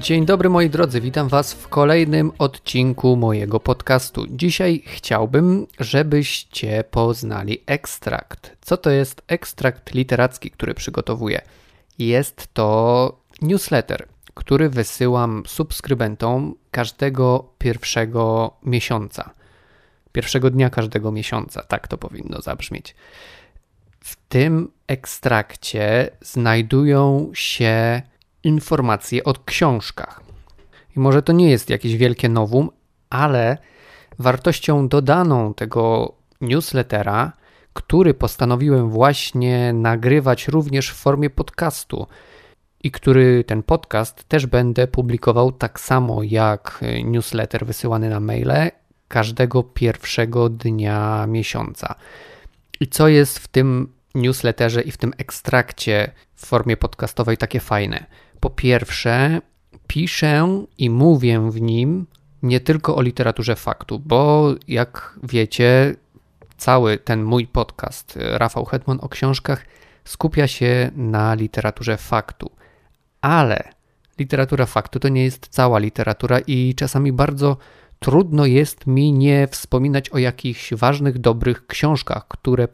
Dzień dobry moi drodzy, witam Was w kolejnym odcinku mojego podcastu. Dzisiaj chciałbym, żebyście poznali ekstrakt. Co to jest ekstrakt literacki, który przygotowuję? Jest to newsletter, który wysyłam subskrybentom każdego pierwszego miesiąca. Pierwszego dnia każdego miesiąca, tak to powinno zabrzmieć. W tym ekstrakcie znajdują się informacje o książkach. I może to nie jest jakieś wielkie nowum, ale wartością dodaną tego newslettera, który postanowiłem właśnie nagrywać również w formie podcastu i który ten podcast też będę publikował tak samo jak newsletter wysyłany na maile każdego pierwszego dnia miesiąca. I co jest w tym newsletterze i w tym ekstrakcie w formie podcastowej takie fajne? Po pierwsze, piszę i mówię w nim nie tylko o literaturze faktu, bo jak wiecie, cały ten mój podcast Rafał Hetman o książkach skupia się na literaturze faktu. Ale literatura faktu to nie jest cała literatura i czasami bardzo trudno jest mi nie wspominać o jakichś ważnych, dobrych książkach, które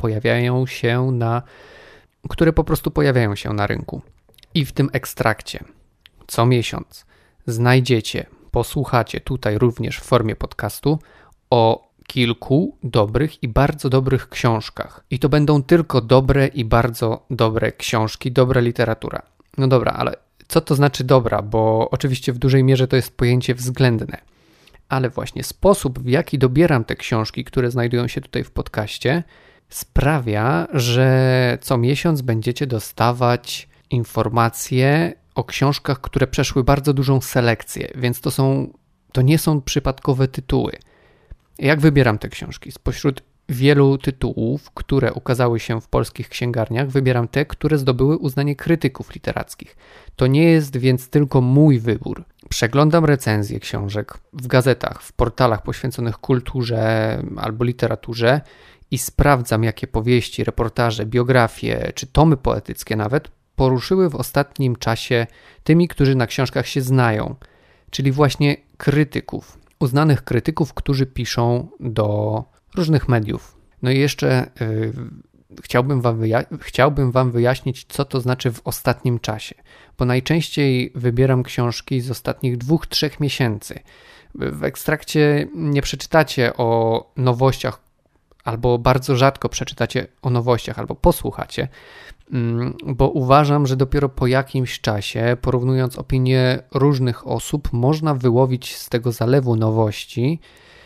po prostu pojawiają się na rynku. I w tym ekstrakcie co miesiąc posłuchacie tutaj również w formie podcastu o kilku dobrych i bardzo dobrych książkach. I to będą tylko dobre i bardzo dobre książki, dobra literatura. No dobra, ale co to znaczy dobra? Bo oczywiście w dużej mierze to jest pojęcie względne. Ale właśnie sposób, w jaki dobieram te książki, które znajdują się tutaj w podcaście, sprawia, że co miesiąc będziecie dostawać informacje o książkach, które przeszły bardzo dużą selekcję, więc to nie są przypadkowe tytuły. Jak wybieram te książki? Spośród wielu tytułów, które ukazały się w polskich księgarniach, wybieram te, które zdobyły uznanie krytyków literackich. To nie jest więc tylko mój wybór. Przeglądam recenzje książek w gazetach, w portalach poświęconych kulturze albo literaturze i sprawdzam, jakie powieści, reportaże, biografie czy tomy poetyckie nawet poruszyły w ostatnim czasie tymi, którzy na książkach się znają, czyli właśnie krytyków, uznanych krytyków, którzy piszą do różnych mediów. No i jeszcze chciałbym Wam wyjaśnić, co to znaczy w ostatnim czasie, bo najczęściej wybieram książki z ostatnich 2-3 miesięcy. W ekstrakcie nie przeczytacie o nowościach, albo bardzo rzadko przeczytacie o nowościach, albo posłuchacie, bo uważam, że dopiero po jakimś czasie, porównując opinie różnych osób, można wyłowić z tego zalewu nowości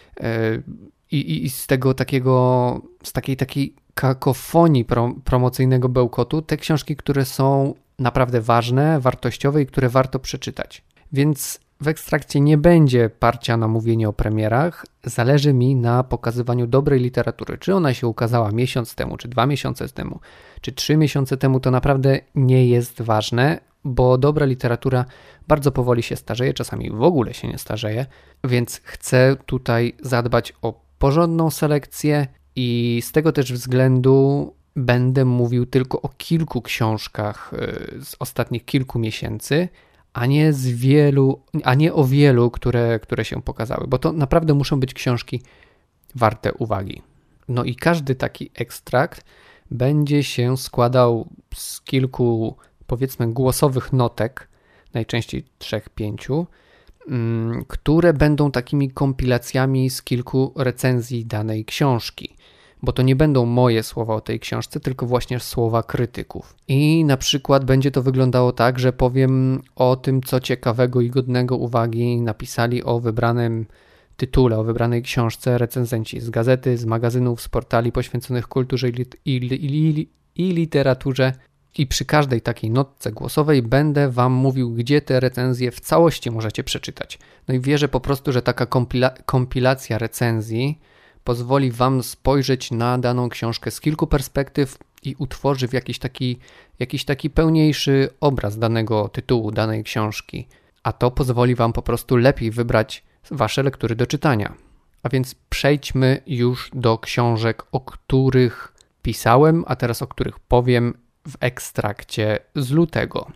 i z takiej kakofonii promocyjnego bełkotu te książki, które są naprawdę ważne, wartościowe i które warto przeczytać. Więc w ekstrakcie nie będzie parcia na mówienie o premierach, zależy mi na pokazywaniu dobrej literatury. Czy ona się ukazała miesiąc temu, czy 2 miesiące temu, czy 3 miesiące temu, to naprawdę nie jest ważne, bo dobra literatura bardzo powoli się starzeje, czasami w ogóle się nie starzeje, więc chcę tutaj zadbać o porządną selekcję i z tego też względu będę mówił tylko o kilku książkach z ostatnich kilku miesięcy, a nie o wielu, które się pokazały, bo to naprawdę muszą być książki warte uwagi. No i każdy taki ekstrakt będzie się składał z kilku, powiedzmy, głosowych notek, najczęściej 3-5, które będą takimi kompilacjami z kilku recenzji danej książki, bo to nie będą moje słowa o tej książce, tylko właśnie słowa krytyków. I na przykład będzie to wyglądało tak, że powiem o tym, co ciekawego i godnego uwagi napisali o wybranym tytule, o wybranej książce recenzenci z gazety, z magazynów, z portali poświęconych kulturze i literaturze. I przy każdej takiej notce głosowej będę Wam mówił, gdzie te recenzje w całości możecie przeczytać. No i wierzę po prostu, że taka kompilacja recenzji pozwoli Wam spojrzeć na daną książkę z kilku perspektyw i utworzy w jakiś taki pełniejszy obraz danego tytułu, danej książki. A to pozwoli Wam po prostu lepiej wybrać Wasze lektury do czytania. A więc przejdźmy już do książek, o których pisałem, a teraz o których powiem w ekstrakcie z lutego.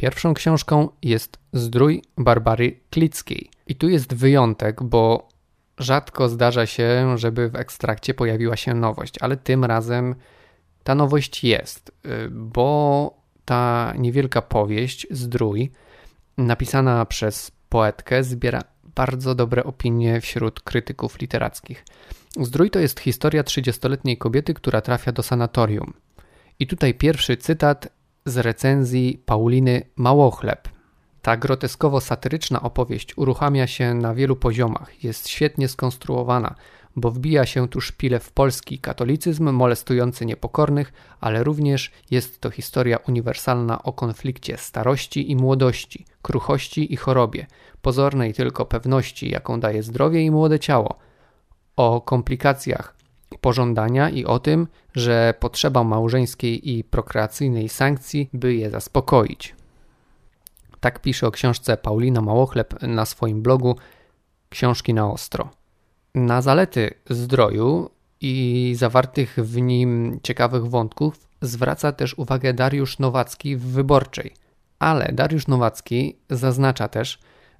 Pierwszą książką jest Zdrój Barbary Klickiej. I tu jest wyjątek, bo rzadko zdarza się, żeby w ekstrakcie pojawiła się nowość, ale tym razem ta nowość jest, bo ta niewielka powieść Zdrój, napisana przez poetkę, zbiera bardzo dobre opinie wśród krytyków literackich. Zdrój to jest historia 30-letniej kobiety, która trafia do sanatorium. I tutaj pierwszy cytat z recenzji Pauliny Małochleb. Ta groteskowo-satyryczna opowieść uruchamia się na wielu poziomach, jest świetnie skonstruowana, bo wbija się tu szpile w polski katolicyzm molestujący niepokornych, ale również jest to historia uniwersalna o konflikcie starości i młodości, kruchości i chorobie, pozornej tylko pewności, jaką daje zdrowie i młode ciało, o komplikacjach pożądania i o tym, że potrzeba małżeńskiej i prokreacyjnej sankcji, by je zaspokoić. Tak pisze o książce Paulina Małochleb na swoim blogu Książki na ostro. Na zalety Zdroju i zawartych w nim ciekawych wątków zwraca też uwagę Dariusz Nowacki w Wyborczej. Ale Dariusz Nowacki zaznacza też,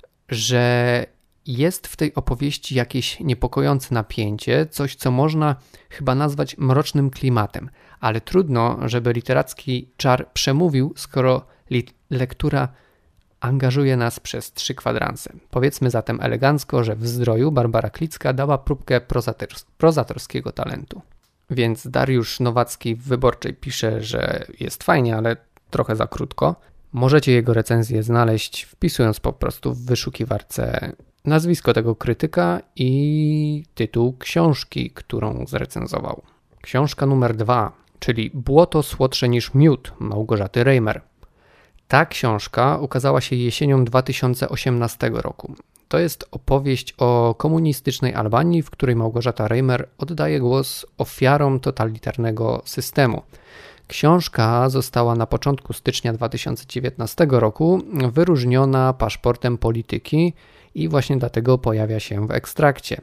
że jest w tej opowieści jakieś niepokojące napięcie, coś co można chyba nazwać mrocznym klimatem, ale trudno, żeby literacki czar przemówił, skoro lektura angażuje nas przez 3 kwadranse. Powiedzmy zatem elegancko, że w Zdroju Barbara Klicka dała próbkę prozatorskiego talentu. Więc Dariusz Nowacki w Wyborczej pisze, że jest fajnie, ale trochę za krótko. Możecie jego recenzję znaleźć wpisując po prostu w wyszukiwarce nazwisko tego krytyka i tytuł książki, którą zrecenzował. Książka numer 2, czyli Błoto słodsze niż miód Małgorzaty Reimer. Ta książka ukazała się jesienią 2018 roku. To jest opowieść o komunistycznej Albanii, w której Małgorzata Reimer oddaje głos ofiarom totalitarnego systemu. Książka została na początku stycznia 2019 roku wyróżniona paszportem polityki i właśnie dlatego pojawia się w ekstrakcie.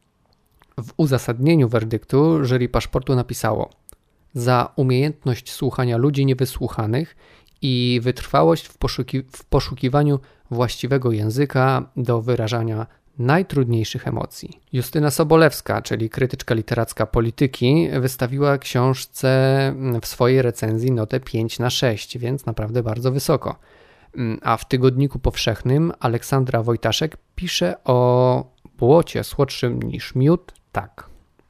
W uzasadnieniu werdyktu jury paszportu napisało: za umiejętność słuchania ludzi niewysłuchanych i wytrwałość w poszukiwaniu właściwego języka do wyrażania najtrudniejszych emocji. Justyna Sobolewska, czyli krytyczka literacka polityki, wystawiła książce w swojej recenzji notę 5/6, więc naprawdę bardzo wysoko. A w Tygodniku Powszechnym Aleksandra Wojtaszek pisze o błocie słodszym niż miód tak.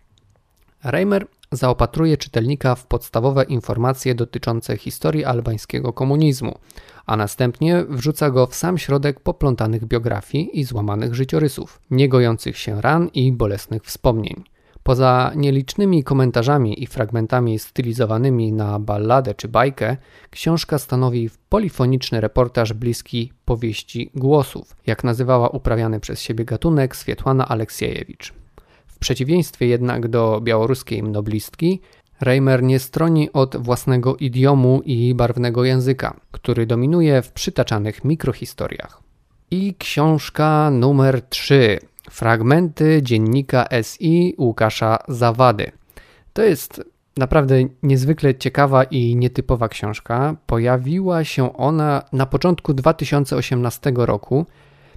Reimer zaopatruje czytelnika w podstawowe informacje dotyczące historii albańskiego komunizmu, a następnie wrzuca go w sam środek poplątanych biografii i złamanych życiorysów, niegojących się ran i bolesnych wspomnień. Poza nielicznymi komentarzami i fragmentami stylizowanymi na balladę czy bajkę, książka stanowi polifoniczny reportaż bliski powieści głosów, jak nazywała uprawiany przez siebie gatunek Swietłana Aleksiejewicz. W przeciwieństwie jednak do białoruskiej mnoblistki, Reimer nie stroni od własnego idiomu i barwnego języka, który dominuje w przytaczanych mikrohistoriach. I książka numer 3. Fragmenty dziennika SI Łukasza Zawady. To jest naprawdę niezwykle ciekawa i nietypowa książka. Pojawiła się ona na początku 2018 roku,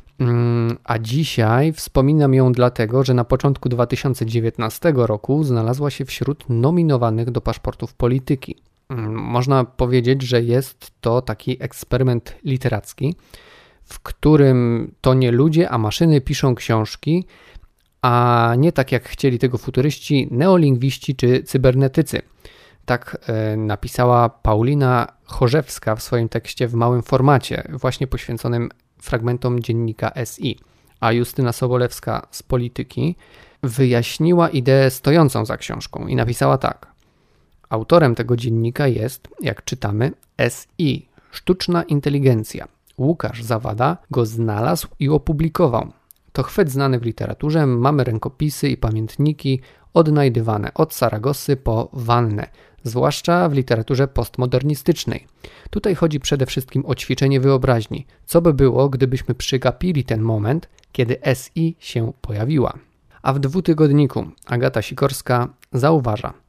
a dzisiaj wspominam ją dlatego, że na początku 2019 roku znalazła się wśród nominowanych do paszportów polityki. Można powiedzieć, że jest to taki eksperyment literacki, w którym to nie ludzie, a maszyny piszą książki, a nie tak jak chcieli tego futuryści, neolingwiści czy cybernetycy. Tak napisała Paulina Chorzewska w swoim tekście w małym formacie, właśnie poświęconym fragmentom dziennika SI, a Justyna Sobolewska z Polityki wyjaśniła ideę stojącą za książką i napisała tak. Autorem tego dziennika jest, jak czytamy, SI, sztuczna inteligencja. Łukasz Zawada go znalazł i opublikował. To chwyt znany w literaturze, mamy rękopisy i pamiętniki odnajdywane od Saragossy po Wannę, zwłaszcza w literaturze postmodernistycznej. Tutaj chodzi przede wszystkim o ćwiczenie wyobraźni. Co by było, gdybyśmy przegapili ten moment, kiedy SI się pojawiła? A w Dwutygodniku Agata Sikorska zauważa: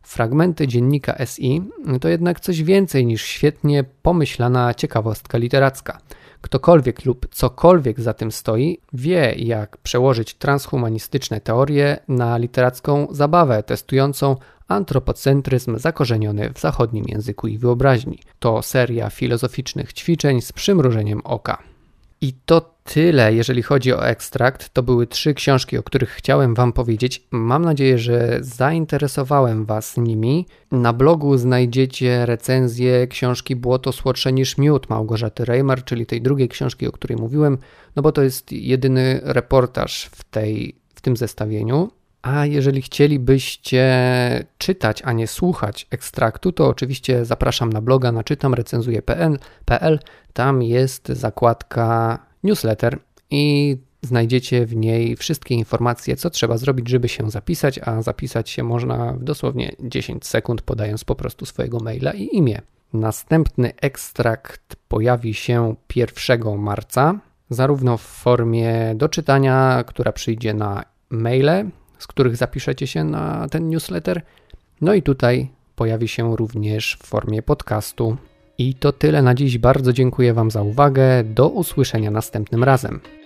Fragmenty dziennika SI to jednak coś więcej niż świetnie pomyślana ciekawostka literacka. Ktokolwiek lub cokolwiek za tym stoi, wie, jak przełożyć transhumanistyczne teorie na literacką zabawę testującą antropocentryzm zakorzeniony w zachodnim języku i wyobraźni. To seria filozoficznych ćwiczeń z przymrużeniem oka. I to tyle, jeżeli chodzi o ekstrakt. To były 3 książki, o których chciałem Wam powiedzieć. Mam nadzieję, że zainteresowałem Was nimi. Na blogu znajdziecie recenzję książki Błoto słodsze niż miód Małgorzaty Reimer, czyli tej drugiej książki, o której mówiłem, no bo to jest jedyny reportaż w tym zestawieniu. A jeżeli chcielibyście czytać, a nie słuchać ekstraktu, to oczywiście zapraszam na bloga na czytamrecenzuję.pl. Tam jest zakładka newsletter i znajdziecie w niej wszystkie informacje, co trzeba zrobić, żeby się zapisać, a zapisać się można w dosłownie 10 sekund, podając po prostu swojego maila i imię. Następny ekstrakt pojawi się 1 marca, zarówno w formie do czytania, która przyjdzie na maile, z których zapiszecie się na ten newsletter. No i tutaj pojawi się również w formie podcastu. I to tyle na dziś. Bardzo dziękuję Wam za uwagę. Do usłyszenia następnym razem.